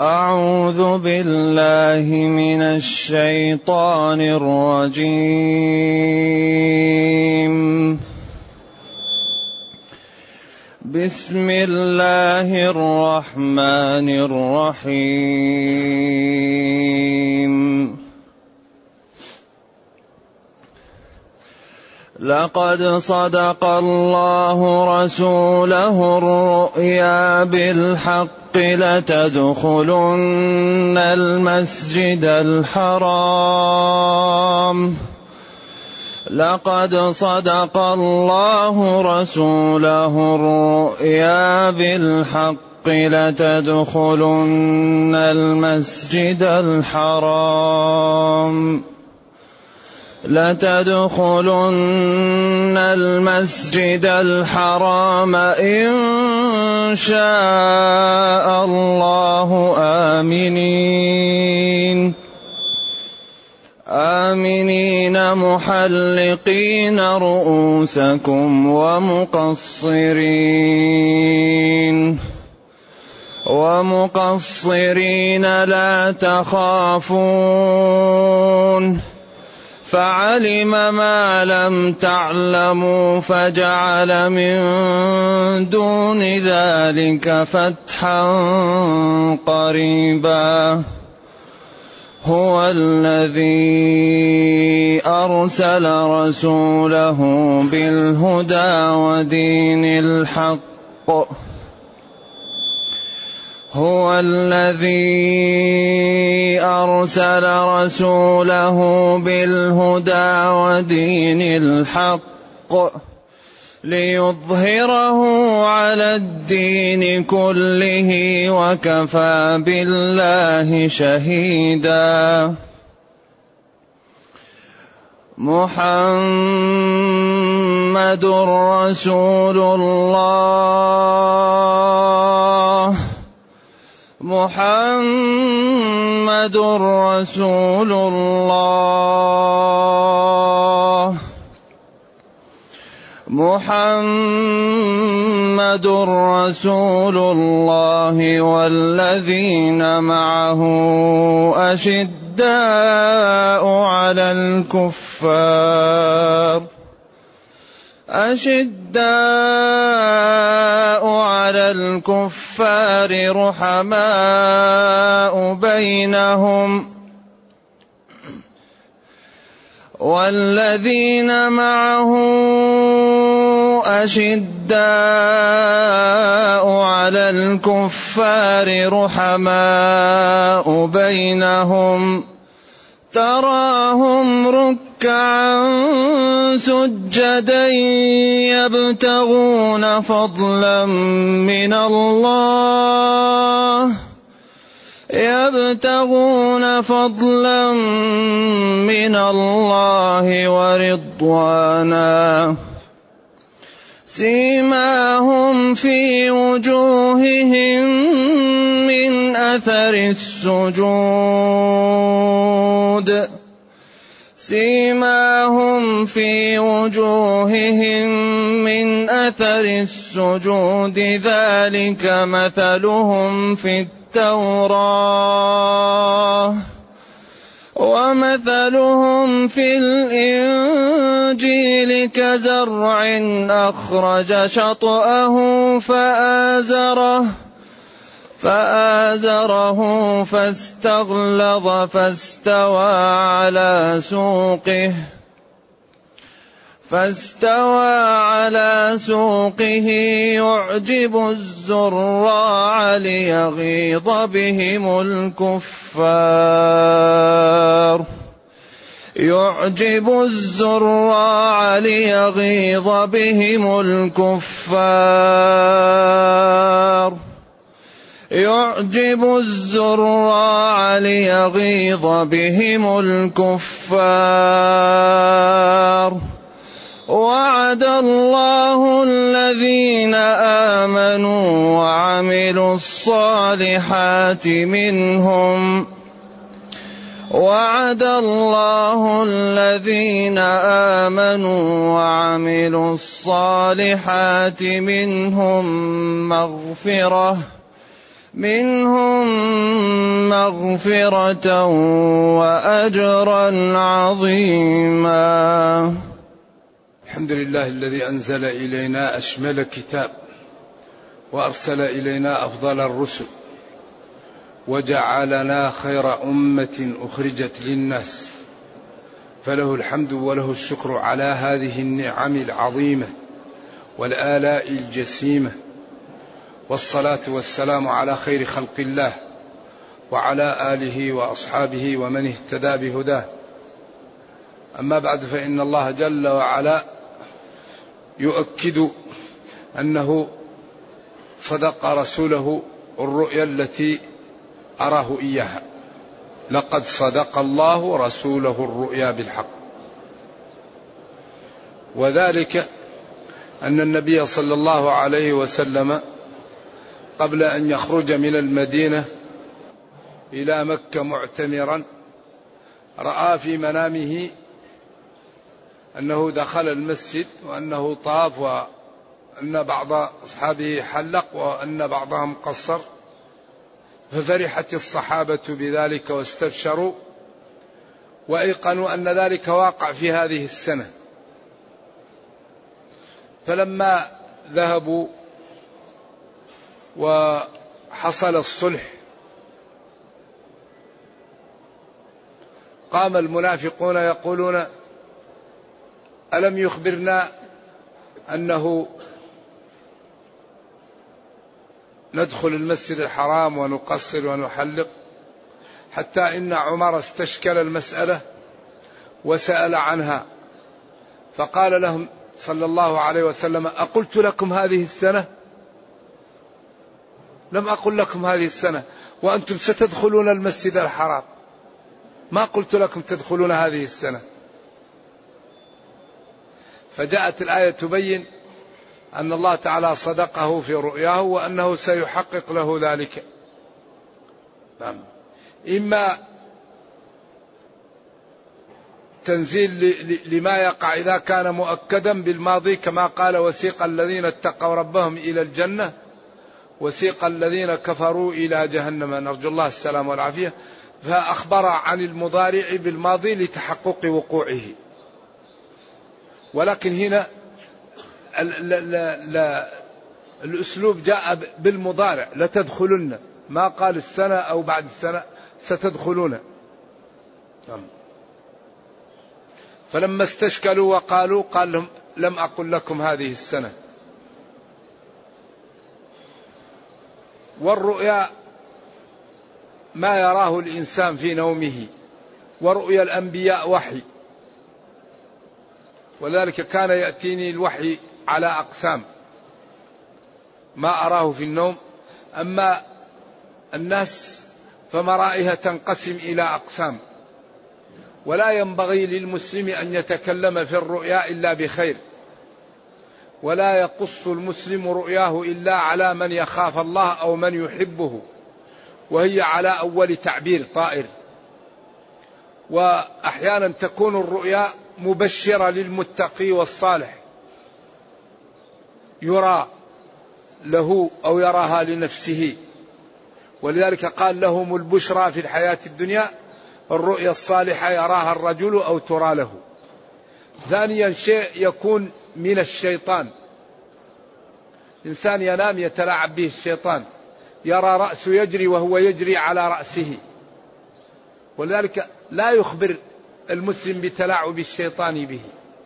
أعوذ بالله من الشيطان الرجيم. بسم الله الرحمن الرحيم. لقد صدق الله رسوله الرؤيا بالحق لتدخلن المسجد الحرام. لقد صدق الله رسوله الرؤيا بالحق لتدخلن المسجد الحرام. لتدخلن المسجد الحرام إن شاء الله آمنين محلقين رؤوسكم ومقصرين لا تخافون. فعلم ما لم تعلموا فجعل من دون ذلك فتحا قريبا. هو الذي أرسل رسوله بالهدى ودين الحق. هو الذي أرسل رسوله بالهدى ودين الحق ليظهره على الدين كله وكفى بالله شهيدا. محمد رسول الله. محمد رسول الله. محمد رسول الله. والذين معه أشداء على الكفار رحماء بينهم. والذين معه أشداء على الكفار رحماء بينهم تراهم ركعا سجدا يبتغون فضلا من الله ورضوانا. سيماهم في وجوههم من أثر السجود ذلك مثلهم في التوراة ومثلهم في الإنجيل كزرع أخرج شطأه فآزره فاستغلظ فاستوى على سوقه يعجب الزراع ليغيظ بهم الكفار. وعد الله الذين آمنوا وعملوا الصالحات منهم مغفرة وأجرا عظيما. الحمد لله الذي أنزل إلينا أشمل كتاب، وأرسل إلينا أفضل الرسل، وجعلنا خير أمة أخرجت للناس، فله الحمد وله الشكر على هذه النعم العظيمة والآلاء الجسيمة، والصلاة والسلام على خير خلق الله وعلى آله وأصحابه ومن اهتدى بهداه. أما بعد، فإن الله جل وعلا يؤكد أنه صدق رسوله الرؤيا التي أراه إياها: لقد صدق الله رسوله الرؤيا بالحق. وذلك أن النبي صلى الله عليه وسلم قبل أن يخرج من المدينة إلى مكة معتمرا رأى في منامه أنه دخل المسجد، وأنه طاف، وأن بعض أصحابه حلق، وأن بعضهم قصر، ففرحت الصحابة بذلك واستبشروا، وأيقنوا أن ذلك واقع في هذه السنة. فلما ذهبوا وحصل الصلح، قام المنافقون يقولون: ألم يخبرنا أنه ندخل المسجد الحرام ونقصر ونحلق؟ حتى إن عمر استشكل المسألة وسأل عنها، فقال لهم صلى الله عليه وسلم: أقلت لكم هذه السنة؟ لم أقل لكم هذه السنة، وأنتم ستدخلون المسجد الحرام، ما قلت لكم تدخلون هذه السنة. فجاءت الآية تبين أن الله تعالى صدقه في رؤياه، وأنه سيحقق له ذلك. نعم. إما تنزيل لما يقع إذا كان مؤكدا بالماضي، كما قال: وسيق الذين اتقوا ربهم إلى الجنة وسيق الذين كفروا إلى جهنم، نرجو الله السلام والعافية. فأخبر عن المضارع بالماضي لتحقق وقوعه. ولكن هنا الأسلوب جاء بالمضارع: لتدخلن، ما قال السنة أو بعد السنة، ستدخلون. فلما استشكلوا وقالوا، قال لهم: لم أقل لكم هذه السنة. والرؤيا ما يراه الإنسان في نومه، ورؤيا الأنبياء وحي، ولذلك كان يأتيني الوحي على أقسام: ما أراه في النوم. أما الناس فمرائها تنقسم إلى أقسام، ولا ينبغي للمسلم أن يتكلم في الرؤيا إلا بخير، ولا يقص المسلم رؤياه إلا على من يخاف الله أو من يحبه، وهي على أول تعبير طائر. وأحيانا تكون الرؤيا مبشرة للمتقي والصالح، يرى له أو يراها لنفسه، ولذلك قال: لهم البشرى في الحياة الدنيا، الرؤيا الصالحة يراها الرجل أو ترى له. ثانيا شيء يكون من الشيطان، إنسان ينام يتلاعب به الشيطان، يرى رأسه يجري وهو يجري على رأسه، ولذلك لا يخبر المسلم بتلاعب الشيطان به.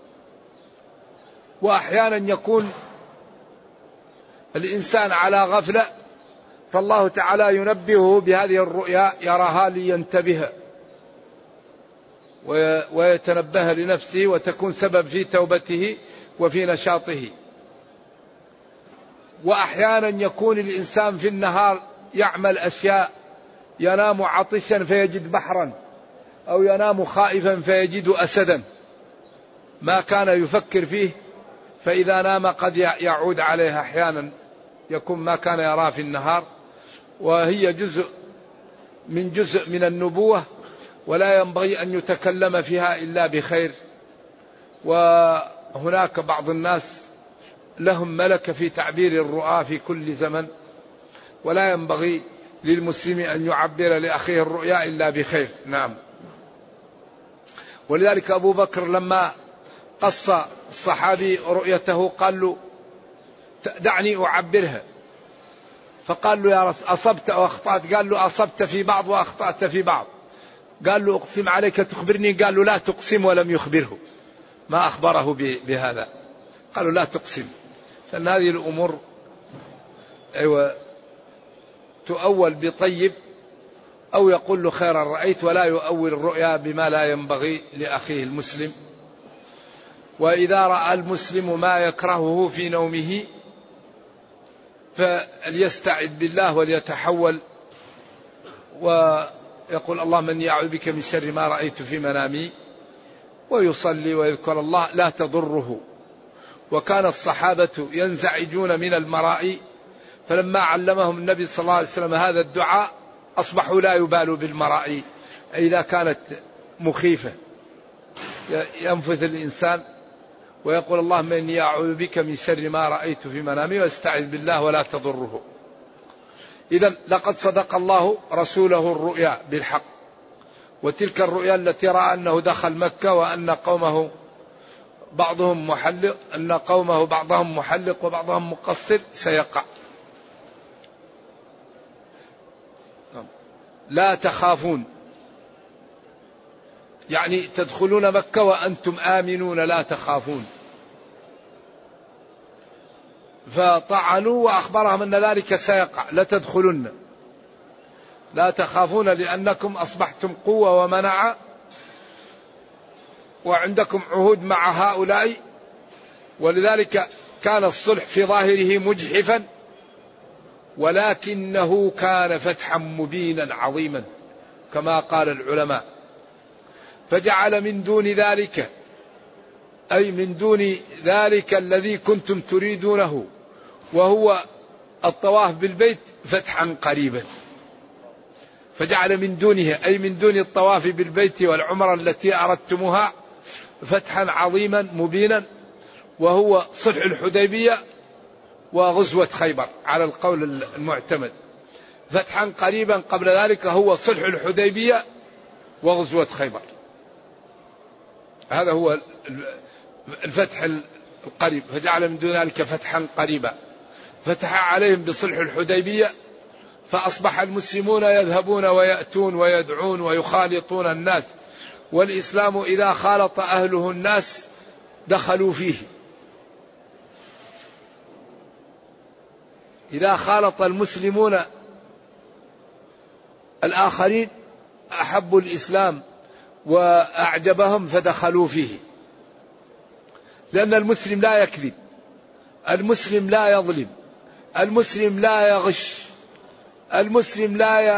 وأحيانا يكون الإنسان على غفلة، فالله تعالى ينبهه بهذه الرؤيا يراها لينتبه ويتنبه لنفسه، وتكون سبب في توبته وفي نشاطه. وأحيانا يكون الإنسان في النهار يعمل أشياء، ينام عطشا فيجد بحرا، أو ينام خائفا فيجد أسدا ما كان يفكر فيه، فإذا نام قد يعود عليها. أحيانا يكون ما كان يراه في النهار، وهي جزء من النبوة، ولا ينبغي أن يتكلم فيها إلا بخير. وهناك بعض الناس لهم ملكة في تعبير الرؤى في كل زمن، ولا ينبغي للمسلم أن يعبر لأخيه الرؤيا إلا بخير. نعم. ولذلك أبو بكر لما قص الصحابي رؤيته قال له دعني أعبرها، فقال له يا رسول أصبت أو أخطأت؟ قال له أصبت في بعض وأخطأت في بعض. قال له أقسم عليك تخبرني؟ قال له لا تقسم، ولم يخبره، ما أخبره بهذا. قالوا لا تقسم، لأن هذه الأمور تؤول بطيب، أو يقول له خيرا رأيت، ولا يؤول الرؤيا بما لا ينبغي لأخيه المسلم. وإذا رأى المسلم ما يكرهه في نومه فليستعذ بالله وليتحول ويقول اللهم إني أعوذ بك من شر ما رأيت في منامي، ويصلي ويذكر الله لا تضره. وكان الصحابة ينزعجون من المرائي، فلما علمهم النبي صلى الله عليه وسلم هذا الدعاء أصبحوا لا يبالوا بالمرائي إذا كانت مخيفة. ينفث الإنسان ويقول اللهم إني أعوذ بك من شر ما رأيت في منامي، واستعذ بالله ولا تضره. إذن لقد صدق الله رسوله الرؤيا بالحق، وتلك الرؤيا التي رأى أنه دخل مكة وأن قومه بعضهم محلق، أن قومه بعضهم محلق وبعضهم مقصر سيقع. لا تخافون، يعني تدخلون مكة وأنتم آمنون لا تخافون. فطعنوا وأخبرهم أن ذلك سيقع، لتدخلن لا تخافون لأنكم أصبحتم قوة ومنعة، وعندكم عهود مع هؤلاء. ولذلك كان الصلح في ظاهره مجحفا، ولكنه كان فتحا مبينا عظيما كما قال العلماء. فجعل من دون ذلك، أي من دون ذلك الذي كنتم تريدونه وهو الطواف بالبيت، فتحا قريبا. فجعل من دونه، أي من دون الطواف بالبيت والعمرة التي أردتموها، فتحا عظيما مبينا، وهو صلح الحديبية وغزوة خيبر على القول المعتمد. فتحا قريبا قبل ذلك هو صلح الحديبية وغزوة خيبر، هذا هو الفتح القريب. فجعل من دون ذلك فتحا قريبا، فتح عليهم بصلح الحديبية، فأصبح المسلمون يذهبون ويأتون ويدعون ويخالطون الناس، والإسلام إذا خالط أهله الناس دخلوا فيه. إذا خالط المسلمون الآخرين أحبوا الإسلام وأعجبهم فدخلوا فيه، لأن المسلم لا يكذب، المسلم لا يظلم، المسلم لا يغش، المسلم لا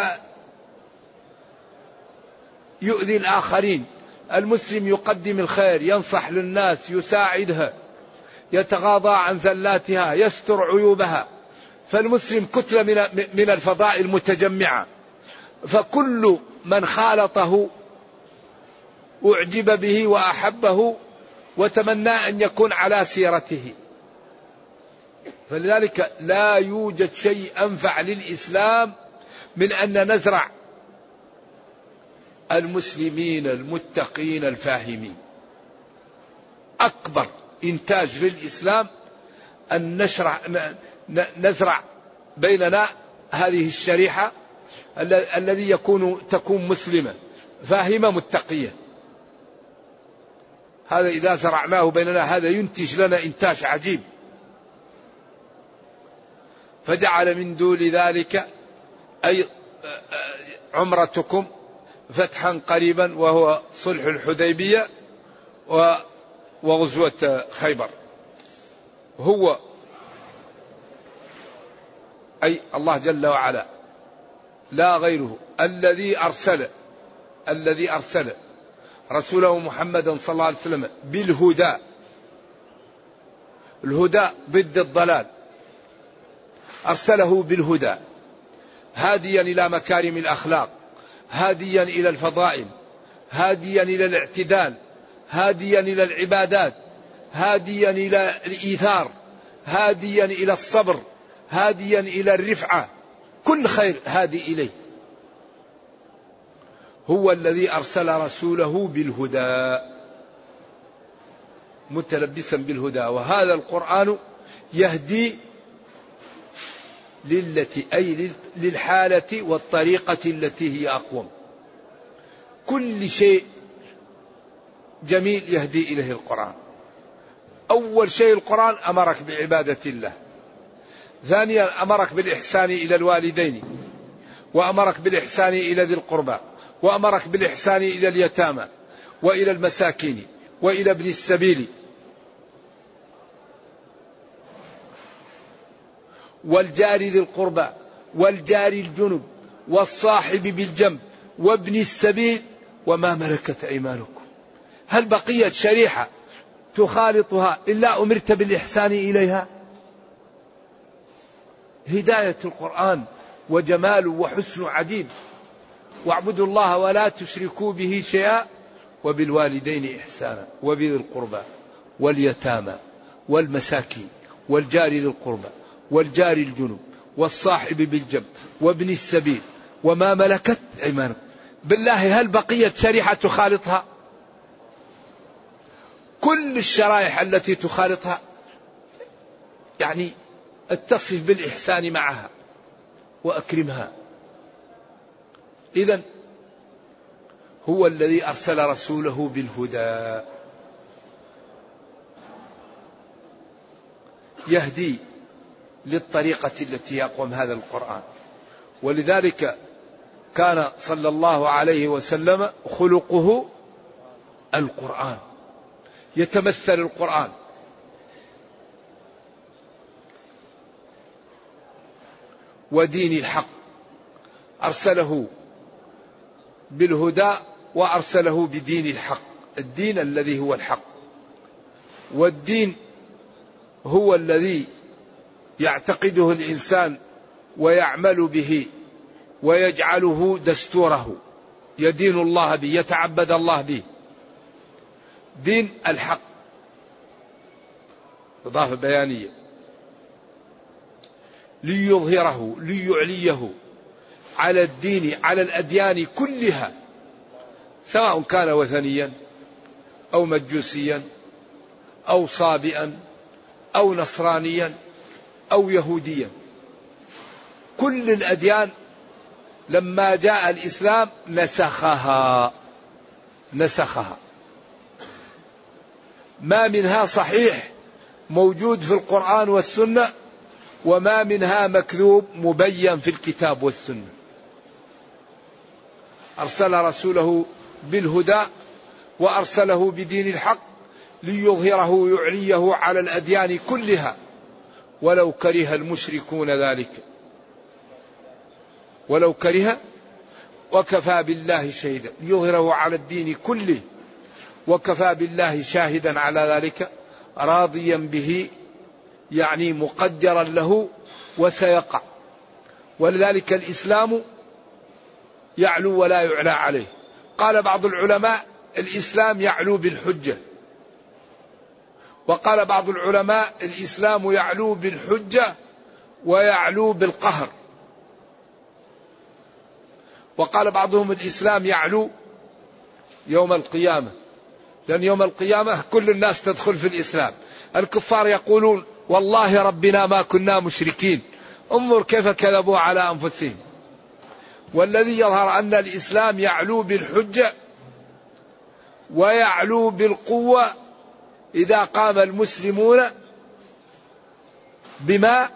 يؤذي الآخرين، المسلم يقدم الخير، ينصح للناس، يساعدها، يتغاضى عن زلاتها، يستر عيوبها. فالمسلم كتلة من الفضائل المتجمعة، فكل من خالطه أعجب به وأحبه وتمنى أن يكون على سيرته. فلذلك لا يوجد شيء أنفع للإسلام من أن نزرع المسلمين المتقين الفاهمين. أكبر إنتاج للإسلام أن نزرع بيننا هذه الشريحة الذي تكون مسلمة فاهمة متقية. هذا إذا زرعناه بيننا هذا ينتج لنا إنتاج عجيب. فجعل من دون ذلك أي عمرتكم فتحا قريبا وهو صلح الحديبية وغزوة خيبر. هو أي الله جل وعلا لا غيره الذي أرسل رسوله محمدا صلى الله عليه وسلم بالهدى. الهدى ضد الضلال، أرسله بالهدى هاديا إلى مكارم الأخلاق، هاديا إلى الفضائل، هاديا إلى الاعتدال، هاديا إلى العبادات، هاديا إلى الإيثار، هاديا إلى الصبر، هاديا إلى الرفعة. كل خير هادي إليه. هو الذي أرسل رسوله بالهدى متلبسا بالهدى، وهذا القرآن يهدي أي للحالة والطريقة التي هي أقوم. كل شيء جميل يهدي إليه القرآن. أول شيء القرآن أمرك بعبادة الله، ثانيا أمرك بالإحسان إلى الوالدين، وأمرك بالإحسان إلى ذي القربى، وأمرك بالإحسان إلى اليتامى وإلى المساكين وإلى ابن السبيل، والجار ذي القربى والجار الجنب والصاحب بالجنب وابن السبيل وما ملكت أيمانكم. هل بقيت شريحة تخالطها إلا أمرت بالإحسان إليها؟ هداية القرآن وجماله وحسن عجيب. واعبدوا الله ولا تشركوا به شيئا وبالوالدين إحسانا وبذي القربى واليتامى والمساكين والجار ذي القربى والجار الجنب والصاحب بالجنب وابن السبيل وما ملكت أيمانكم. بالله هل بقيت شريحة تخالطها؟ كل الشرائح التي تخالطها يعني اتصف بالإحسان معها وأكرمها. إذن هو الذي أرسل رسوله بالهدى يهدي للطريقة التي يقوم هذا القرآن. ولذلك كان صلى الله عليه وسلم خلقه القرآن، يتمثل القرآن. ودين الحق أرسله بالهدى وأرسله بدين الحق، الدين الذي هو الحق. والدين هو الذي يعتقده الإنسان ويعمل به ويجعله دستوره، يدين الله به، يتعبد الله به. دين الحق إضافة بيانية، ليظهره ليعليه على الدين على الأديان كلها، سواء كان وثنيا أو مجوسيا أو صابئا أو نصرانيا أو يهوديا. كل الأديان لما جاء الإسلام نسخها، ما منها صحيح موجود في القرآن والسنة، وما منها مكذوب مبين في الكتاب والسنة. أرسل رسوله بالهدى وأرسله بدين الحق ليظهره يعليه على الأديان كلها ولو كره المشركون ذلك، ولو كره، وكفى بالله شهيدا، ليظهره على الدين كله وكفى بالله شاهدا على ذلك، راضيا به يعني مقدرا له وسيقع. ولذلك الإسلام يعلو ولا يعلى عليه. قال بعض العلماء الإسلام يعلو بالحجة، وقال بعض العلماء الإسلام يعلو بالحجة ويعلو بالقهر، وقال بعضهم الإسلام يعلو يوم القيامة، لأن يوم القيامة كل الناس تدخل في الإسلام. الكفار يقولون والله ربنا ما كنا مشركين، انظر كيف كذبوا على أنفسهم. والذي يظهر أن الإسلام يعلو بالحجة ويعلو بالقوة إذا قام المسلمون بما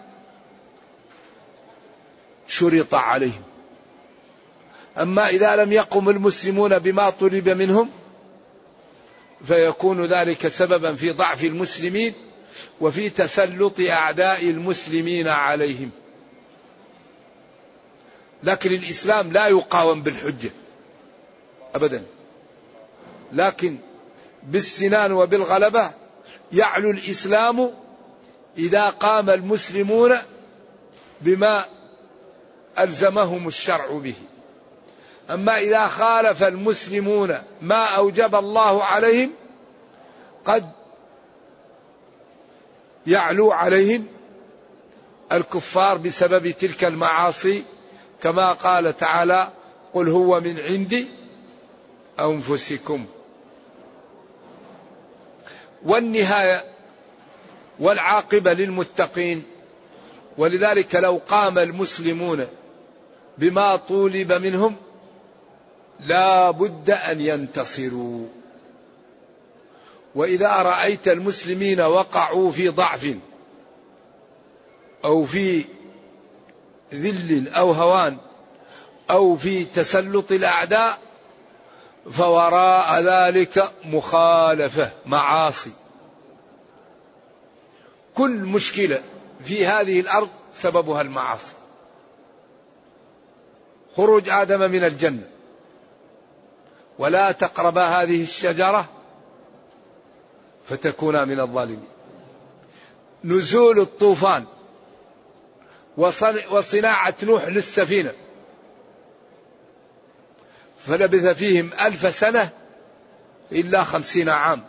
شرط عليهم. أما إذا لم يقم المسلمون بما طلب منهم فيكون ذلك سببا في ضعف المسلمين وفي تسلط أعداء المسلمين عليهم. لكن الإسلام لا يقاوم بالحجة أبدا، لكن بالسنان وبالغلبة يعلو الإسلام إذا قام المسلمون بما ألزمهم الشرع به. أما إذا خالف المسلمون ما أوجب الله عليهم قد يعلو عليهم الكفار بسبب تلك المعاصي كما قال تعالى قل هو من عند أنفسكم. والنهاية والعاقبة للمتقين. ولذلك لو قام المسلمون بما طولب منهم لا بد أن ينتصروا. وإذا رأيت المسلمين وقعوا في ضعف أو في ذل أو هوان أو في تسلط الأعداء فوراء ذلك مخالفة معاصي. كل مشكلة في هذه الأرض سببها المعاصي. خروج آدم من الجنة ولا تقربا هذه الشجرة فتكونا من الظالمين. نزول الطوفان وصناعة نوح للسفينة فلبث فيهم 1000 سنة إلا 50 عام.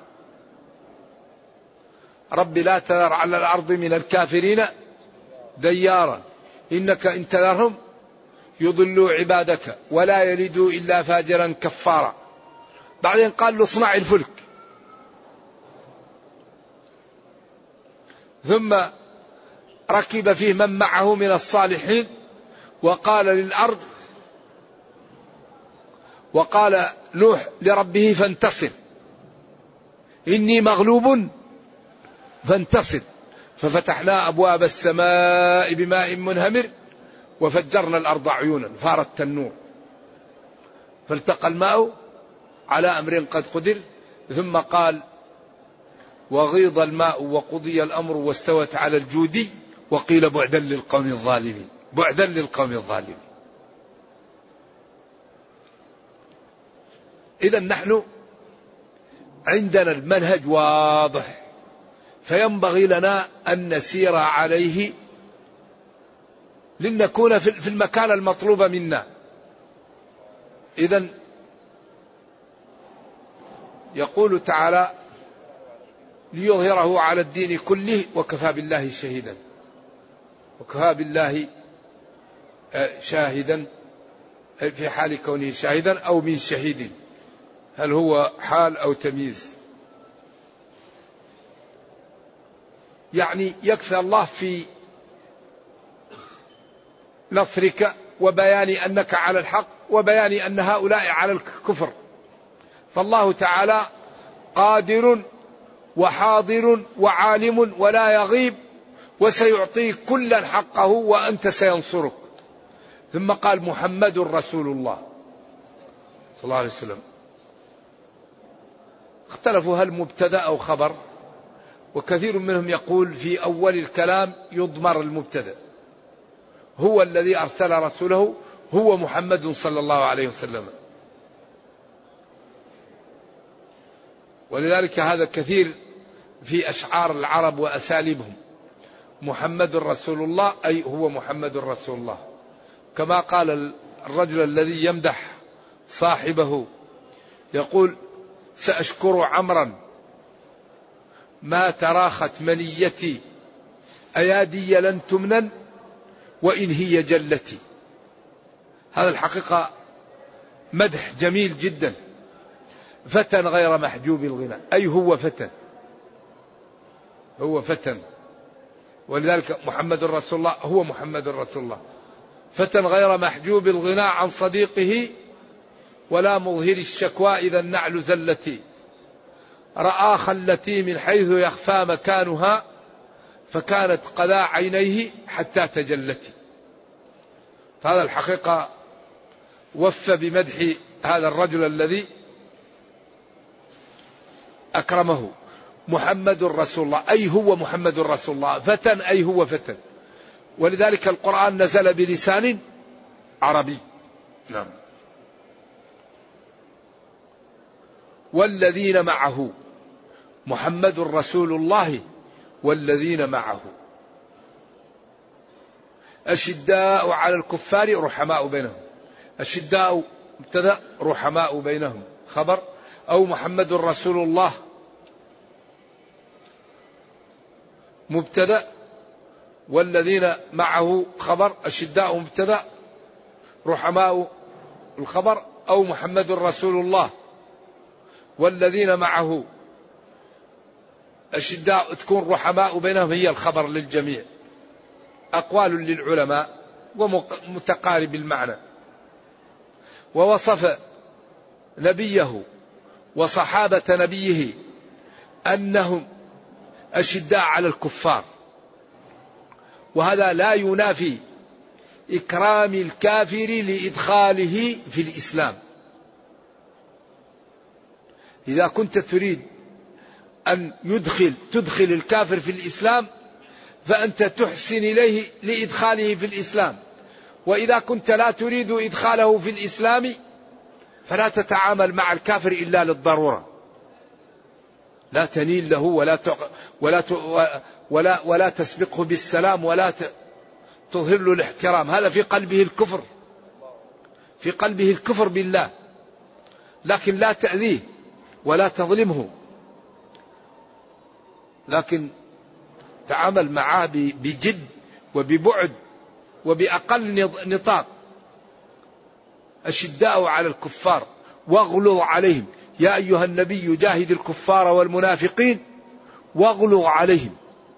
رب لا تذر على الأرض من الكافرين ديارا إنك إن تذرهم يضلوا عبادك ولا يلدوا إلا فاجرا كفارا. بعدين قال له اصنع الفلك، ثم ركب فيه من معه من الصالحين وقال للأرض، وقال نوح لربه فانتصر إني مغلوب فانتصر. ففتحنا أبواب السماء بماء منهمر وفجرنا الأرض عيونا فارت التنور فالتقى الماء على أمر قد قدر. ثم قال وغيض الماء وقضي الأمر واستوت على الجودي وقيل بعدا للقوم الظالمين. بعدا للقوم الظالمين. إذا نحن عندنا المنهج واضح فينبغي لنا أن نسير عليه لنكون في المكان المطلوب منا. إذا يقول تعالى ليظهره على الدين كله وكفى بالله شهيدا. وكفى بالله شاهدا في حال كونه شاهدا أو من شهيد، هل هو حال أو تمييز؟ يعني يكفي الله في نصرك وبيان أنك على الحق وبيان أن هؤلاء على الكفر. فالله تعالى قادر وحاضر وعالم ولا يغيب وسيعطيك كلا حقه وأنت سينصرك. ثم قال محمد رسول الله صلى الله عليه وسلم. اختلفوا هل مبتدأ أو خبر، وكثير منهم يقول في أول الكلام يضمر المبتدأ، هو الذي أرسل رسوله هو محمد صلى الله عليه وسلم. ولذلك هذا كثير في أشعار العرب وأساليبهم، محمد رسول الله أي هو محمد رسول الله. كما قال الرجل الذي يمدح صاحبه يقول سأشكر عمرا ما تراخت منيتي أيادي لن تمنن وإن هي جلتي. هذا الحقيقة مدح جميل جدا. فتى غير محجوب الغنى أي هو فتى، هو فتى. ولذلك محمد رسول الله هو محمد رسول الله. فتى غير محجوب الغنى عن صديقه ولا مظهر الشكوى إذا النعل زلتي. رأى خلتي من حيث يخفى مكانها فكانت قذى عينيه حتى تجلتي. فهذا الحقيقة وفى بمدح هذا الرجل الذي أكرمه. محمد رسول الله أي هو محمد رسول الله، فتى أي هو فتى. ولذلك القرآن نزل بلسان عربي. نعم. والذين معه، محمد رسول الله والذين معه أشداء على الكفار رحماء بينهم. أشداء مبتدأ رحماء بينهم خبر، أو محمد رسول الله مبتدأ والذين معه خبر، أشداء مبتدأ رحماء الخبر أو محمد رسول الله والذين معه أشداء، تكون رحماء بينهم، هي الخبر للجميع. أقوال للعلماء ومتقارب المعنى. ووصف نبيه وصحابة نبيه أنهم أشداء على الكفار، وهذا لا ينافي إكرام الكافر لإدخاله في الإسلام. إذا كنت تريد أن تدخل الكافر في الإسلام فأنت تحسن إليه لإدخاله في الإسلام، وإذا كنت لا تريد إدخاله في الإسلام فلا تتعامل مع الكافر إلا للضرورة، لا تنيل له ولا تسبقه بالسلام ولا تظهر له الاحترام، هذا في قلبه الكفر، في قلبه الكفر بالله، لكن لا تأذيه ولا تظلمه، لكن تعامل معه بجد وببعد وبأقل نطاق. أشداء على الكفار واغلظ عليهم، يا أيها النبي جاهد الكفار والمنافقين واغلظ عليهم.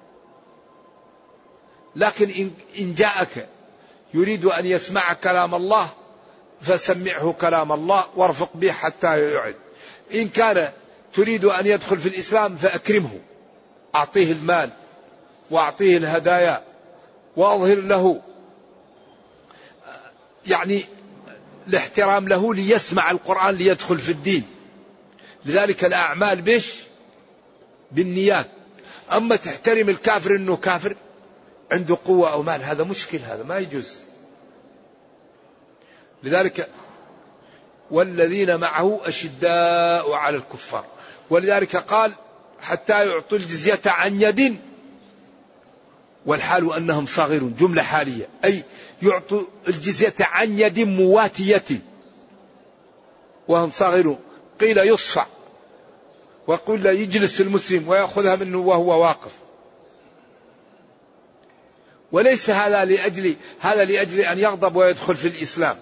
لكن إن جاءك يريد أن يسمع كلام الله فسمعه كلام الله وارفق به حتى يعد. إن كان تريد أن يدخل في الإسلام فأكرمه، أعطيه المال وأعطيه الهدايا وأظهر له يعني الاحترام له ليسمع القرآن ليدخل في الدين. لذلك الأعمال بالنيات. أما تحترم الكافر أنه كافر عنده قوة أو مال، هذا مشكل، هذا ما يجوز. لذلك والذين معه أشداء على الكفار، ولذلك قال حتى يعطوا الجزية عن يد والحال أنهم صاغرون، جملة حالية، أي يعطوا الجزية عن يد مواتية وهم صاغرون. قيل يصفع، وقيل يجلس المسلم ويأخذها منه وهو واقف. وليس هذا لأجل أن يغضب ويدخل في الإسلام.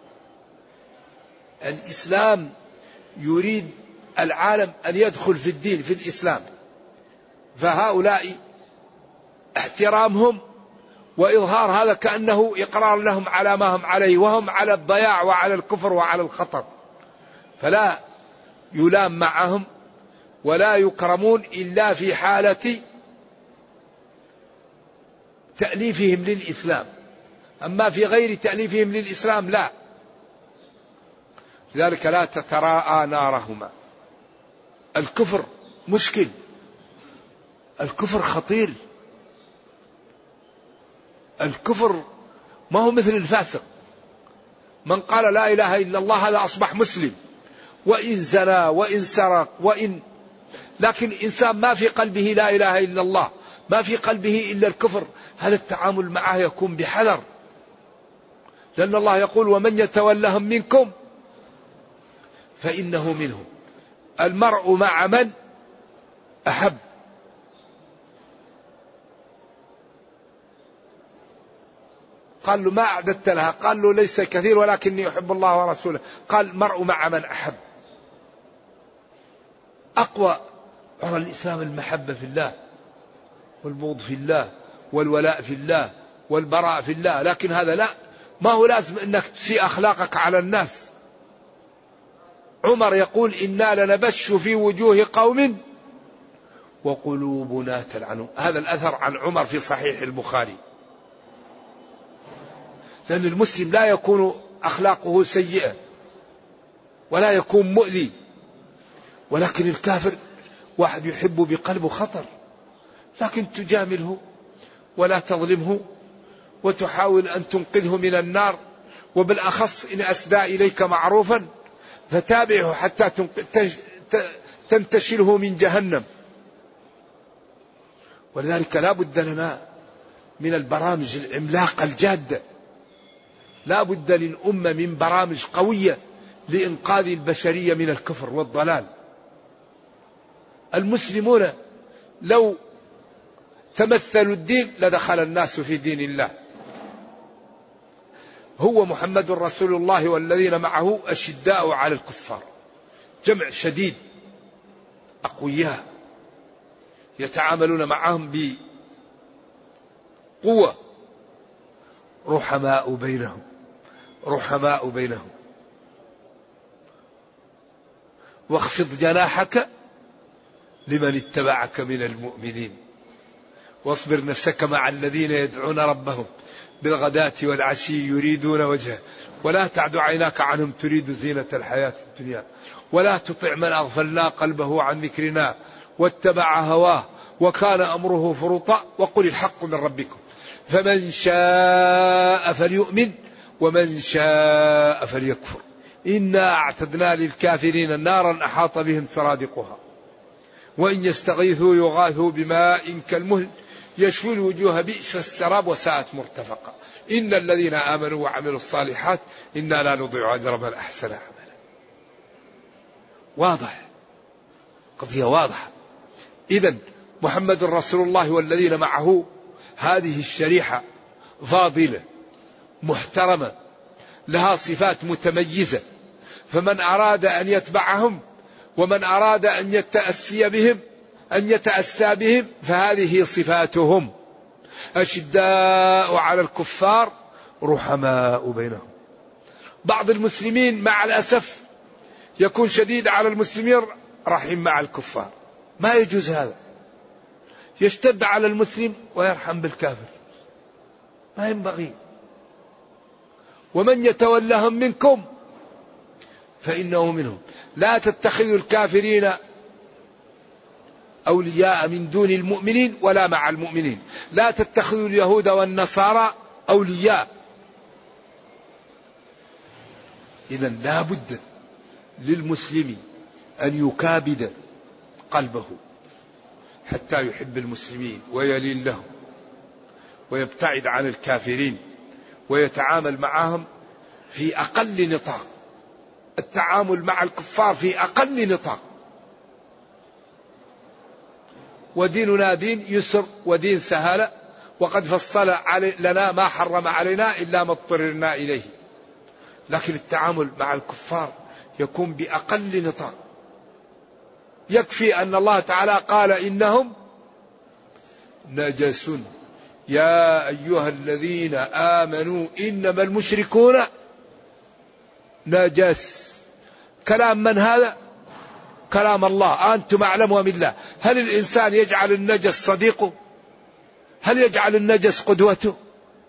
الإسلام يريد العالم أن يدخل في الدين في الإسلام، فهؤلاء احترامهم وإظهار هذا كأنه إقرار لهم على ما هم عليه، وهم على الضياع وعلى الكفر وعلى الخطر، فلا يلام معهم ولا يكرمون إلا في حالة تأليفهم للإسلام، أما في غير تأليفهم للإسلام لا. لذلك لا تتراءى نارهما. الكفر مشكل، الكفر خطير، الكفر ما هو مثل الفاسق. من قال لا إله إلا الله هذا أصبح مسلم، وإن زنى وإن سرق لكن إنسان ما في قلبه لا إله إلا الله، ما في قلبه إلا الكفر، هذا التعامل معه يكون بحذر، لأن الله يقول ومن يتولهم منكم فإنه منهم. المرء مع من أحب. قال له ما أعددت لها؟ قال له ليس كثير ولكني أحب الله ورسوله. قال المرء مع من أحب. أقوى عرى الإسلام المحبة في الله والبغض في الله والولاء في الله والبراء في الله، لكن هذا لا، ما هو لازم أنك تسيء أخلاقك على الناس. عمر يقول إنا لنبش في وجوه قوم وقلوبنا تلعنهم. هذا الأثر عن عمر في صحيح البخاري. لأن المسلم لا يكون أخلاقه سيئة ولا يكون مؤذي، ولكن الكافر واحد يحب بقلبه خطر، لكن تجامله ولا تظلمه وتحاول أن تنقذه من النار، وبالأخص إن أسدى إليك معروفا فتابعه حتى تنتشله من جهنم. ولذلك لا بد لنا من البرامج العملاقة الجادة، لا بد للأمة من برامج قوية لإنقاذ البشرية من الكفر والضلال. المسلمون لو تمثلوا الدين لدخل الناس في دين الله. هو محمد رسول الله والذين معه أشداء على الكفار، جمع شديد، أقوياء يتعاملون معهم بقوة، رحماء بينهم. واخفض جناحك لمن اتبعك من المؤمنين واصبر نفسك مع الذين يدعون ربهم بالغداة والعشي يريدون وجهه ولا تعد عيناك عنهم تريد زينة الحياة الدنيا ولا تطع من أغفلنا قلبه عن ذكرنا واتبع هواه وكان أمره فرطا وقل الحق من ربكم فمن شاء فليؤمن ومن شاء فليكفر إنا أعتدنا للكافرين نارا أحاط بهم سرادقها وإن يستغيثوا يغاثوا بماء كالمهل يشوي الوجوه بئس السراب وساءت مرتفقا إن الذين آمنوا وعملوا الصالحات إنا لا نضيع أجر من أحسن عملا. واضح، قضية واضحة. إذن محمد رسول الله والذين معه هذه الشريحة فاضلة محترمة لها صفات متميزة، فمن أراد أن يتبعهم ومن أراد أن يتأسى بهم فهذه صفاتهم: أشداء على الكفار رحماء بينهم. بعض المسلمين مع الأسف يكون شديد على المسلمين رحيم مع الكفار، ما يجوز هذا. يشتد على المسلم ويرحم بالكافر، ما ينبغي. ومن يتولهم منكم فإنه منهم. لا تتخذوا الكافرين أولياء من دون المؤمنين ولا مع المؤمنين. لا تتخذوا اليهود والنصارى أولياء. إذن لا بد للمسلم أن يكابد قلبه حتى يحب المسلمين ويلين لهم ويبتعد عن الكافرين ويتعامل معهم في أقل نطاق. التعامل مع الكفار في أقل نطاق. وديننا دين يسر ودين سهالة، وقد فصل لنا ما حرم علينا إلا ما اضطررنا إليه. لكن التعامل مع الكفار يكون بأقل نطاق. يكفي أن الله تعالى قال إنهم نجس يا أيها الذين آمنوا إنما المشركون نجس. كلام من هذا؟ كلام الله. أنتم أعلم من الله. هل الإنسان يجعل النجس صديقه؟ هل يجعل النجس قدوته؟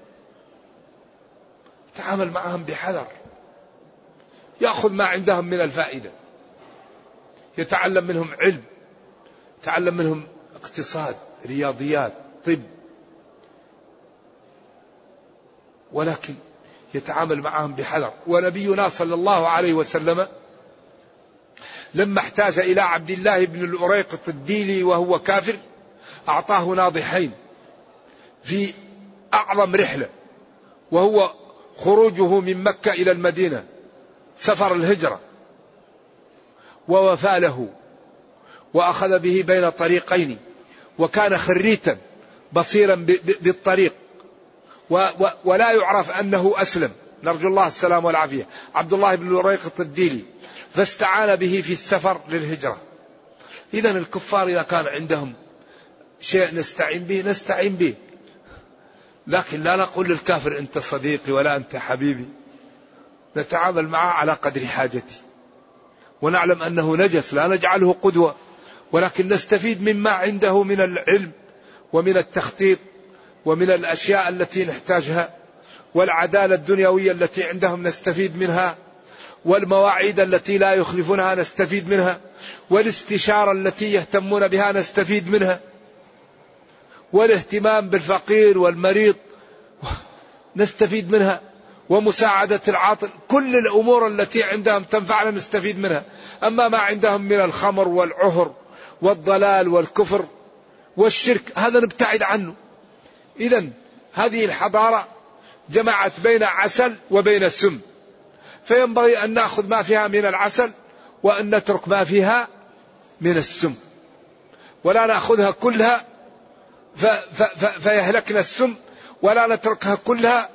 تعامل معهم بحذر، يأخذ ما عندهم من الفائدة، يتعلم منهم علم، يتعلم منهم اقتصاد، رياضيات، طب، ولكن يتعامل معهم بحذر. ونبينا صلى الله عليه وسلم لما احتاج إلى عبد الله بن الأريقط الديلي وهو كافر أعطاه ناضحين في أعظم رحلة، وهو خروجه من مكة إلى المدينة، سفر الهجرة، ووفى له وأخذ به بين طريقين، وكان خريتا بصيرا بالطريق، ولا يعرف أنه أسلم، نرجو الله السلام والعافية، عبد الله بن الأريقط الديلي، فاستعان به في السفر للهجرة. إذن الكفار إذا كان عندهم شيء نستعين به نستعين به، لكن لا نقول للكافر أنت صديقي ولا أنت حبيبي. نتعامل معه على قدر حاجتي، ونعلم أنه نجس لا نجعله قدوة، ولكن نستفيد مما عنده من العلم ومن التخطيط ومن الأشياء التي نحتاجها، والعدالة الدنيوية التي عندهم نستفيد منها، والمواعيد التي لا يخلفونها نستفيد منها، والاستشارة التي يهتمون بها نستفيد منها، والاهتمام بالفقير والمريض نستفيد منها، ومساعدة العاطل. كل الأمور التي عندهم تنفعنا نستفيد منها. أما ما عندهم من الخمر والعهر والضلال والكفر والشرك هذا نبتعد عنه. إذن هذه الحضارة جمعت بين عسل وبين السم، فينبغي أن نأخذ ما فيها من العسل وأن نترك ما فيها من السم، ولا نأخذها كلها فيهلكنا السم، ولا نتركها كلها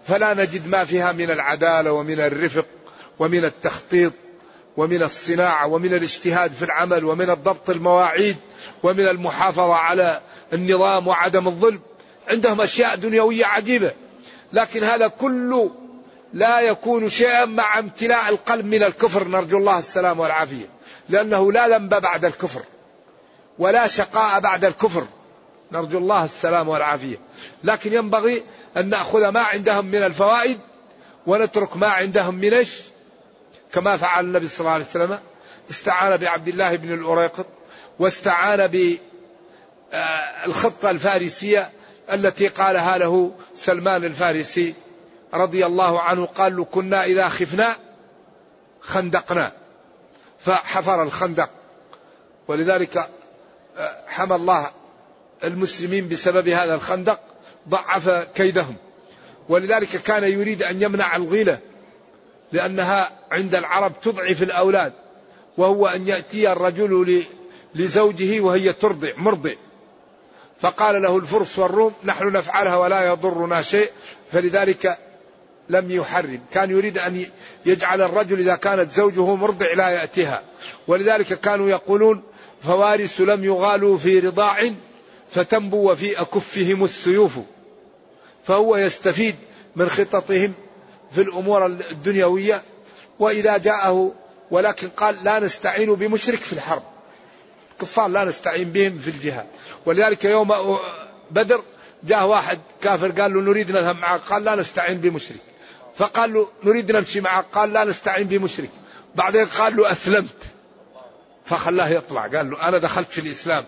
فلا نجد ما فيها من العدالة ومن الرفق ومن التخطيط ومن الصناعة ومن الاجتهاد في العمل ومن الضبط المواعيد ومن المحافظة على النظام وعدم الظلم. عندهم أشياء دنيوية عجيبة، لكن هذا كله لا يكون شيئا مع امتلاء القلب من الكفر، نرجو الله السلام والعافية، لأنه لا ذنب بعد الكفر ولا شقاء بعد الكفر، نرجو الله السلام والعافية. لكن ينبغي أن نأخذ ما عندهم من الفوائد ونترك ما عندهم من إيش، كما فعل النبي صلى الله عليه وسلم، استعان بعبد الله بن الأريقط، واستعان بالخطة الفارسية التي قالها له سلمان الفارسي رضي الله عنه، قال له كنا إذا خفنا خندقنا، فحفر الخندق، ولذلك حمى الله المسلمين بسبب هذا الخندق، ضعف كيدهم. ولذلك كان يريد أن يمنع الغيلة، لأنها عند العرب تضعف الأولاد، وهو أن يأتي الرجل لزوجه وهي مرضع، فقال له الفرس والروم نحن نفعلها ولا يضرنا شيء، فلذلك لم يحرم. كان يريد أن يجعل الرجل إذا كانت زوجه مرضع لا يأتيها، ولذلك كانوا يقولون فوارس لم يغالوا في رضاع فتنبو وفي أكفهم السيوف. فهو يستفيد من خططهم في الأمور الدنيوية. وإذا جاءه، ولكن قال لا نستعين بمشرك في الحرب، الكفار لا نستعين بهم في الجهاد. ولذلك يوم بدر جاء واحد كافر قال له نريد نذهب معك، قال لا نستعين بمشرك. فقال له نريد نمشي معك، قال لا نستعين بمشرك. بعدين قال له أسلمت، فخلاه يطلع، قال له أنا دخلت في الإسلام.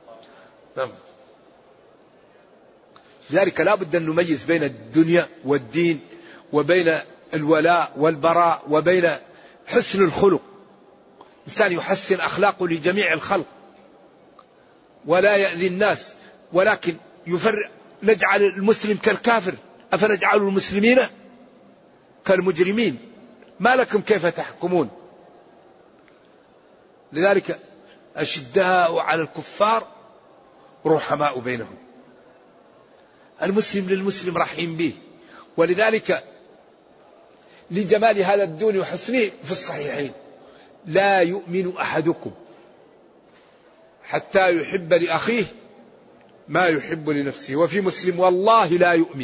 لذلك لا بد أن نميز بين الدنيا والدين، وبين الولاء والبراء، وبين حسن الخلق. إنسان يحسن أخلاقه لجميع الخلق ولا يأذي الناس، ولكن يفرق. نجعل المسلم كالكافر، أفنجعل المسلمين كالمجرمين؟ ما لكم كيف تحكمون؟ لذلك أشداء على الكفار رحماء بينهم، المسلم للمسلم رحيم به. ولذلك لجمال هذا الدين وحسنه في الصحيحين لا يؤمن أحدكم حتى يحب لأخيه ما يحب لنفسه. وفي مسلم والله لا يؤمن،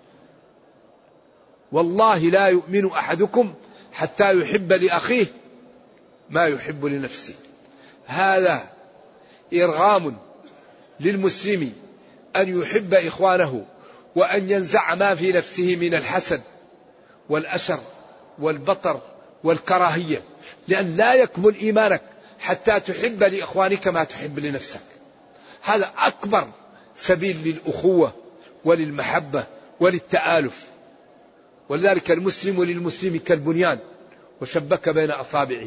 والله لا يؤمن أحدكم حتى يحب لأخيه ما يحب لنفسه. هذا إرغام للمسلم أن يحب إخوانه، وأن ينزع ما في نفسه من الحسد والأشر والبطر والكراهية، لأن لا يكمل إيمانك حتى تحب لإخوانك ما تحب لنفسك. هذا أكبر سبيل للأخوة وللمحبة وللتآلف. ولذلك المسلم للمسلم كالبنيان وشبك بين أصابعه،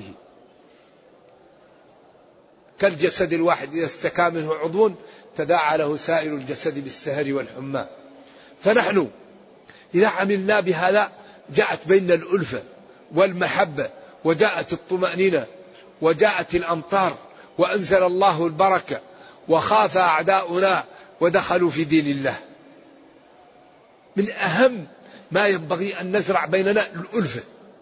كالجسد الواحد إذا استكى منه عضو تداعى له سائر الجسد بالسهر والحمى. فنحن إذا عملنا بهذا جاءت بيننا الألفة والمحبة، وجاءت الطمأنينة، وجاءت الأمطار، وأنزل الله البركة، وخاف أعداؤنا ودخلوا في دين الله. من أهم ما ينبغي أن نزرع بيننا الألفة.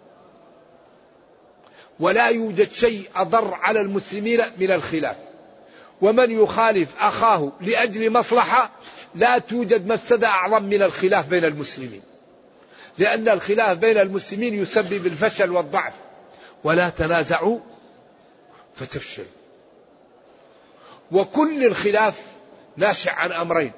ولا يوجد شيء أضر على المسلمين من الخلاف، ومن يخالف أخاه لأجل مصلحة لا توجد مفسدة أعظم من الخلاف بين المسلمين، لأن الخلاف بين المسلمين يسبب الفشل والضعف. ولا تنازعوا فتفشل. وكل الخلاف ناشئ عن أمرين: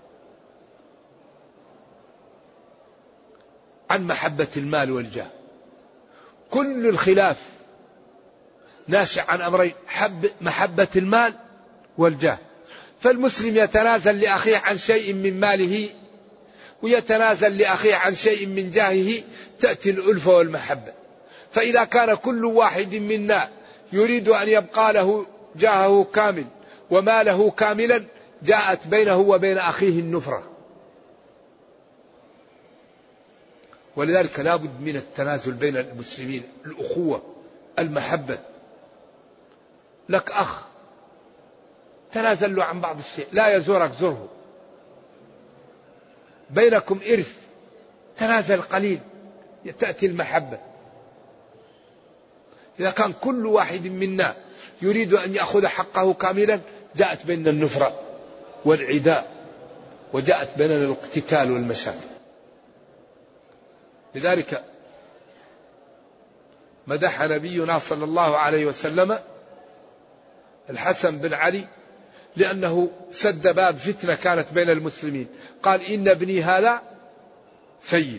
عن محبة المال والجاه. كل الخلاف ناشئ عن أمرين: محبة المال والجاه. فالمسلم يتنازل لأخيه عن شيء من ماله، ويتنازل لأخيه عن شيء من جاهه، تأتي الألفة والمحبة. فإذا كان كل واحد منا يريد أن يبقى له جاهه كامل وماله كاملا، جاءت بينه وبين أخيه النفرة. ولذلك لا بد من التنازل بين المسلمين، الأخوة، المحبة. لك أخ تنازل له عن بعض الشيء، لا يزورك زره، بينكم إرث، تنازل قليل تأتي المحبة. إذا كان كل واحد منا يريد أن يأخذ حقه كاملا جاءت بيننا النفرة والعداء وجاءت بيننا الاقتتال والمشاكل. لذلك مدح نبينا صلى الله عليه وسلم الحسن بن علي لأنه سد باب فتنة كانت بين المسلمين، قال إن ابني هذا سيد،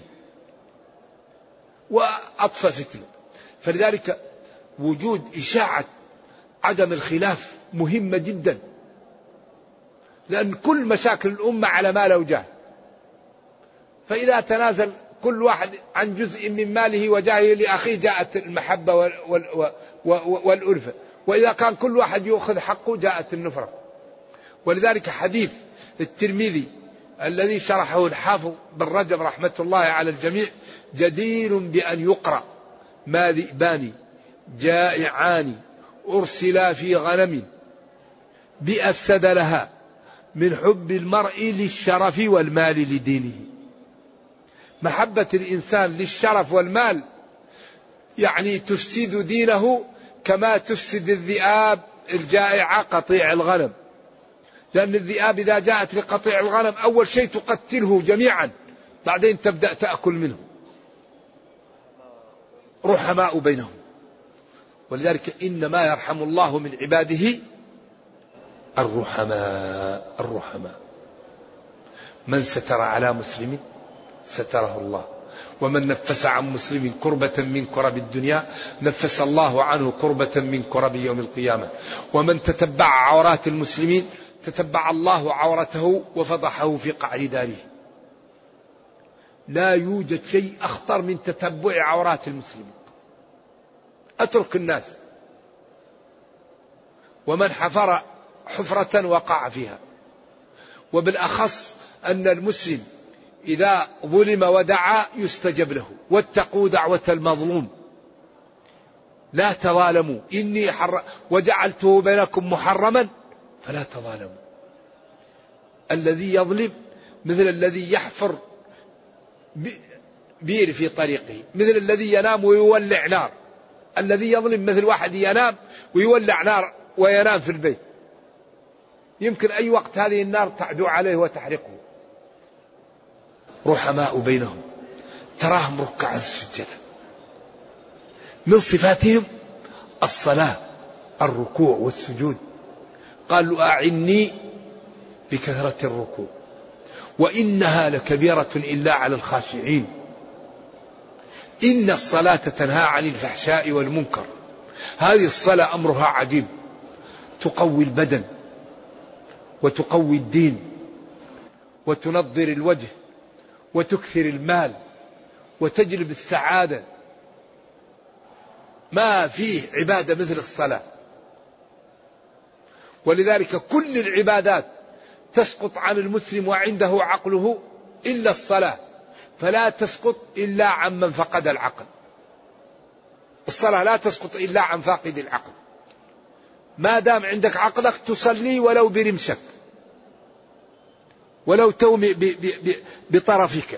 وأطفى فتنة. فلذلك وجود إشاعة عدم الخلاف مهمة جدا، لأن كل مشاكل الأمة على مال وجاه، فإذا تنازل كل واحد عن جزء من ماله وجاهه لأخيه جاءت المحبة والألفة، وإذا كان كل واحد يأخذ حقه جاءت النفرة. ولذلك حديث الترمذي الذي شرحه الحافظ بن رجب رحمة الله على الجميع جدير بأن يقرأ: ما ذئبان جائعان أرسلا في غنم بأفسد لها من حب المرء للشرف والمال لدينه. محبة الإنسان للشرف والمال يعني تفسد دينه كما تفسد الذئاب الجائعة قطيع الغنم، لأن الذئاب إذا جاءت لقطيع الغنم أول شيء تقتله جميعا، بعدين تبدأ تأكل منه. رحماء بينهم. ولذلك إنما يرحم الله من عباده الرحماء. من ستر على مسلم ستره الله، ومن نفس عن مسلم كربة من كرب الدنيا نفس الله عنه كربة من كرب يوم القيامة. ومن تتبع عورات المسلمين تتبع الله عورته وفضحه في قعر داره. لا يوجد شيء أخطر من تتبع عورات المسلمين. أترك الناس، ومن حفر حفرة وقع فيها. وبالأخص أن المسلم إذا ظلم ودعا يستجب له. واتقوا دعوة المظلوم لا تظالموا إني وجعلته بينكم محرما فلا تظالموا. الذي يظلم مثل الذي يحفر بير في طريقه، مثل الذي ينام ويولع نار. الذي يظلم مثل واحد ينام ويولع نار وينام في البيت، يمكن أي وقت هذه النار تعدو عليه وتحرقه. رحماء بينهم تراهم ركعا سجدا. من صفاتهم الصلاة، الركوع والسجود. قالوا أعني بكثرة الركوع وإنها لكبيرة إلا على الخاشعين. إن الصلاة تنهى عن الفحشاء والمنكر. هذه الصلاة أمرها عجيب، تقوي البدن وتقوي الدين وتنظر الوجه وتكثر المال وتجلب السعادة. ما فيه عبادة مثل الصلاة. ولذلك كل العبادات تسقط عن المسلم وعنده عقله إلا الصلاة، فلا تسقط إلا عن من فقد العقل. الصلاة لا تسقط إلا عن فاقد العقل. ما دام عندك عقلك تصلي ولو برمشك، ولو تومي بطرفك.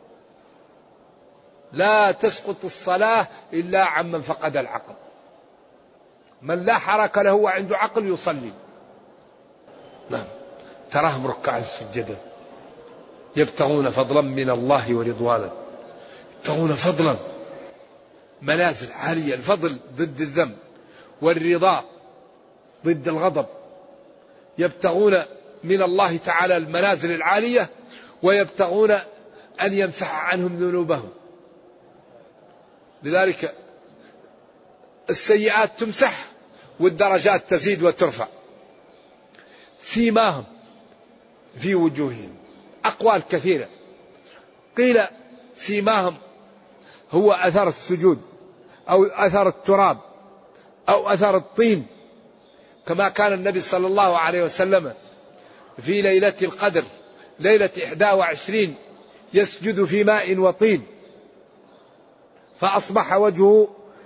لا تسقط الصلاة إلا عن من فقد العقل. من لا حركة له وعنده عقل يصلي. نعم، تراهم ركعا سجدا يبتغون فضلا من الله ورضوانا. يبتغون فضلا، منازل عالية. الفضل ضد الذنب والرضا ضد الغضب. يبتغون من الله تعالى المنازل العالية، ويبتغون أن يمسح عنهم ذنوبهم. لذلك السيئات تمسح والدرجات تزيد وترفع. سيماهم في وجوههم. أقوال كثيرة. قيل سيماهم هو أثر السجود أو أثر التراب أو أثر الطين، كما كان النبي صلى الله عليه وسلم في ليلة القدر ليلة 21 يسجد في ماء وطين، فأصبح وجهه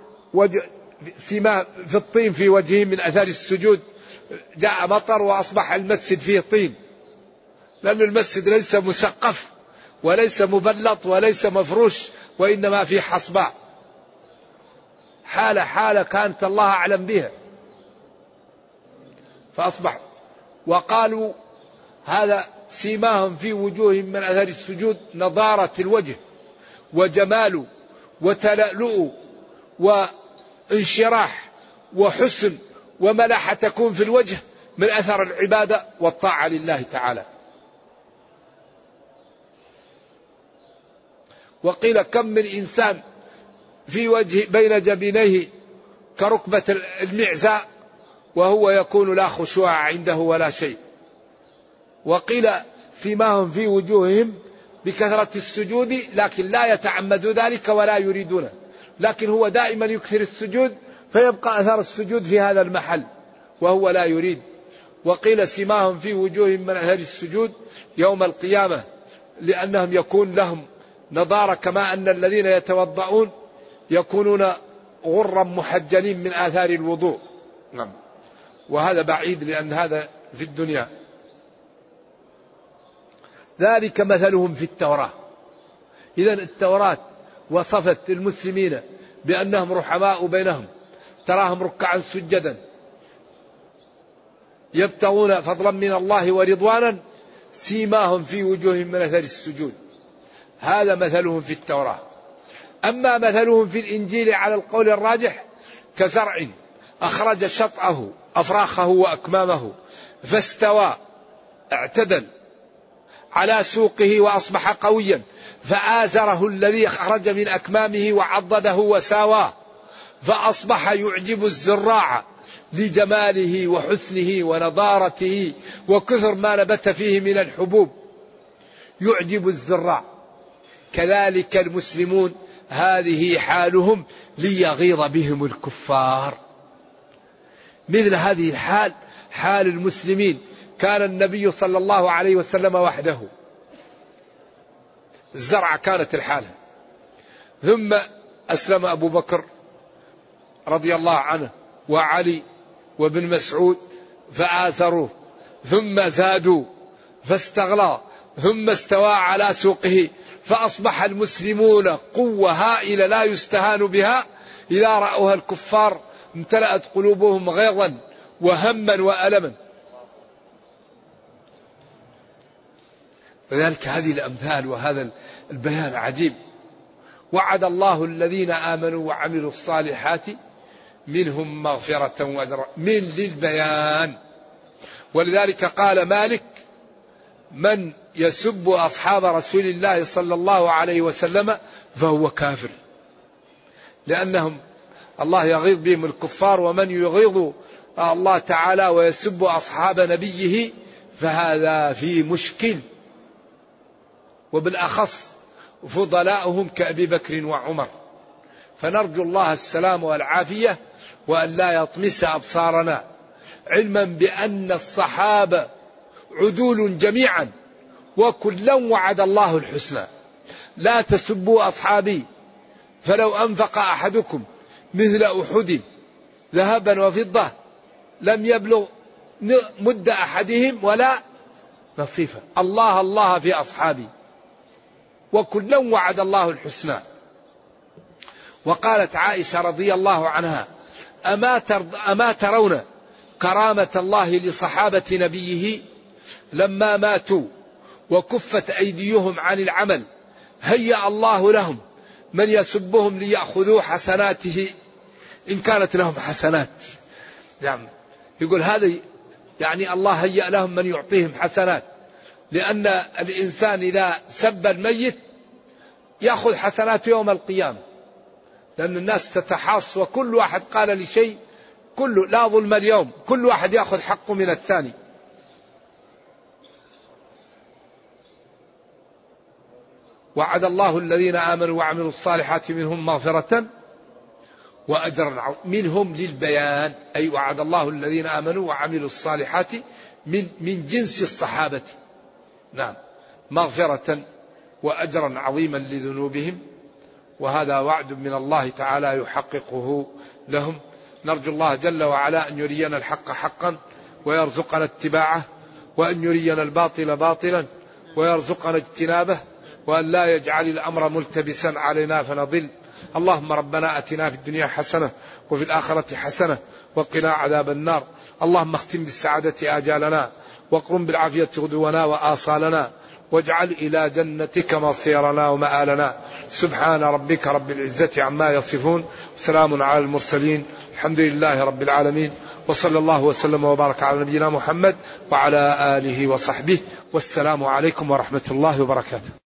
سماء في الطين في وجهه من أثر السجود. جاء مطر وأصبح المسجد فيه طين، لأن المسجد ليس مسقف وليس مبلط وليس مفروش، وإنما في حصباء، حالة كانت الله أعلم بها. فأصبح وقالوا هذا سيماهم في وجوههم من أثر السجود نضارة الوجه وجمال وتلألؤ وانشراح وحسن وملحة تكون في الوجه من أثر العبادة والطاعة لله تعالى. وقيل كم من إنسان في وجه بين جبينيه كركبة المعزاء وهو يكون لا خشوع عنده ولا شيء. وقيل سيماهم في وجوههم بكثرة السجود، لكن لا يتعمد ذلك ولا يريدونه، لكن هو دائما يكثر السجود فيبقى أثر السجود في هذا المحل وهو لا يريد. وقيل سيماهم في وجوههم من أثر السجود يوم القيامة لأنهم يكون لهم نضارة، كما أن الذين يتوضؤون يكونون غرا محجلين من آثار الوضوء. نعم. وهذا بعيد لأن هذا في الدنيا. ذلك مثلهم في التوراة. إذن التوراة وصفت المسلمين بأنهم رحماء بينهم، تراهم ركعا سجدا يبتغون فضلا من الله ورضوانا سيماهم في وجوههم من أثر السجود. هذا مثلهم في التوراة. أما مثلهم في الإنجيل على القول الراجح كزرع أخرج شطأه أفراخه وأكمامه فاستوى اعتدل على سوقه وأصبح قويا فآزره الذي أخرج من أكمامه وعضده وساواه فأصبح يعجب الزراع لجماله وحسنه ونضارته وكثر ما نبت فيه من الحبوب، يعجب الزراع. كذلك المسلمون هذه حالهم ليغيظ بهم الكفار. مثل هذه الحال حال المسلمين. كان النبي صلى الله عليه وسلم وحده، الزرع كانت الحالة، ثم أسلم أبو بكر رضي الله عنه وعلي وابن مسعود فآثروه، ثم زادوا فاستغلى، ثم استوى على سوقه فأصبح المسلمون قوة هائلة لا يستهان بها. إذا رأوها الكفار امتلأت قلوبهم غيظا وهما وألما. وذلك هذه الأمثال وهذا البيان عجيب. وعد الله الذين آمنوا وعملوا الصالحات منهم مغفرة وأجرا، من للبيان. ولذلك قال مالك من يسب أصحاب رسول الله صلى الله عليه وسلم فهو كافر، لأنهم الله يغيظ بهم الكفار، ومن يغيظ الله تعالى ويسب أصحاب نبيه فهذا في مشكل، وبالأخص فضلاؤهم كأبي بكر وعمر. فنرجو الله السلام والعافية وأن لا يطمس أبصارنا، علما بأن الصحابة عدول جميعا وكلا وعد الله الحسنى. لا تسبوا أصحابي فلو أنفق أحدكم مثل أحد ذهبا وفضة لم يبلغ مد أحدهم ولا نصيفه. الله الله في أصحابي وكلا وعد الله الحسنى. وقالت عائشة رضي الله عنها أما ترون كرامة الله لصحابة نبيه لما ماتوا وكفت أيديهم عن العمل هيأ الله لهم من يسبهم ليأخذوا حسناته إن كانت لهم حسنات. يعني يقول هذا يعني الله هيأ لهم من يعطيهم حسنات، لأن الإنسان إذا سب الميت يأخذ حسنات يوم القيامة، لأن الناس تتحاص وكل واحد قال لشيء كله لا ظلم اليوم، كل واحد يأخذ حقه من الثاني. وعد الله الذين آمنوا وعملوا الصالحات منهم مغفرة وأجرا منهم للبيان، أي وعد الله الذين آمنوا وعملوا الصالحات من جنس الصحابة. نعم، مغفرة وأجرا عظيما لذنوبهم، وهذا وعد من الله تعالى يحققه لهم. نرجو الله جل وعلا أن يرينا الحق حقا ويرزقنا اتباعه، وأن يرينا الباطل باطلا ويرزقنا اجتنابه، وأن لا يجعل الأمر ملتبسا علينا فنضل. اللهم ربنا أتنا في الدنيا حسنة وفي الآخرة حسنة وقنا عذاب النار. اللهم اختم بالسعادة آجالنا واقرم بالعافية غدونا وآصالنا واجعل إلى جنتك مصيرنا ومآلنا. سبحان ربك رب العزة عما يصفون وسلام على المرسلين الحمد لله رب العالمين وصلى الله وسلم وبارك على نبينا محمد وعلى آله وصحبه والسلام عليكم ورحمة الله وبركاته.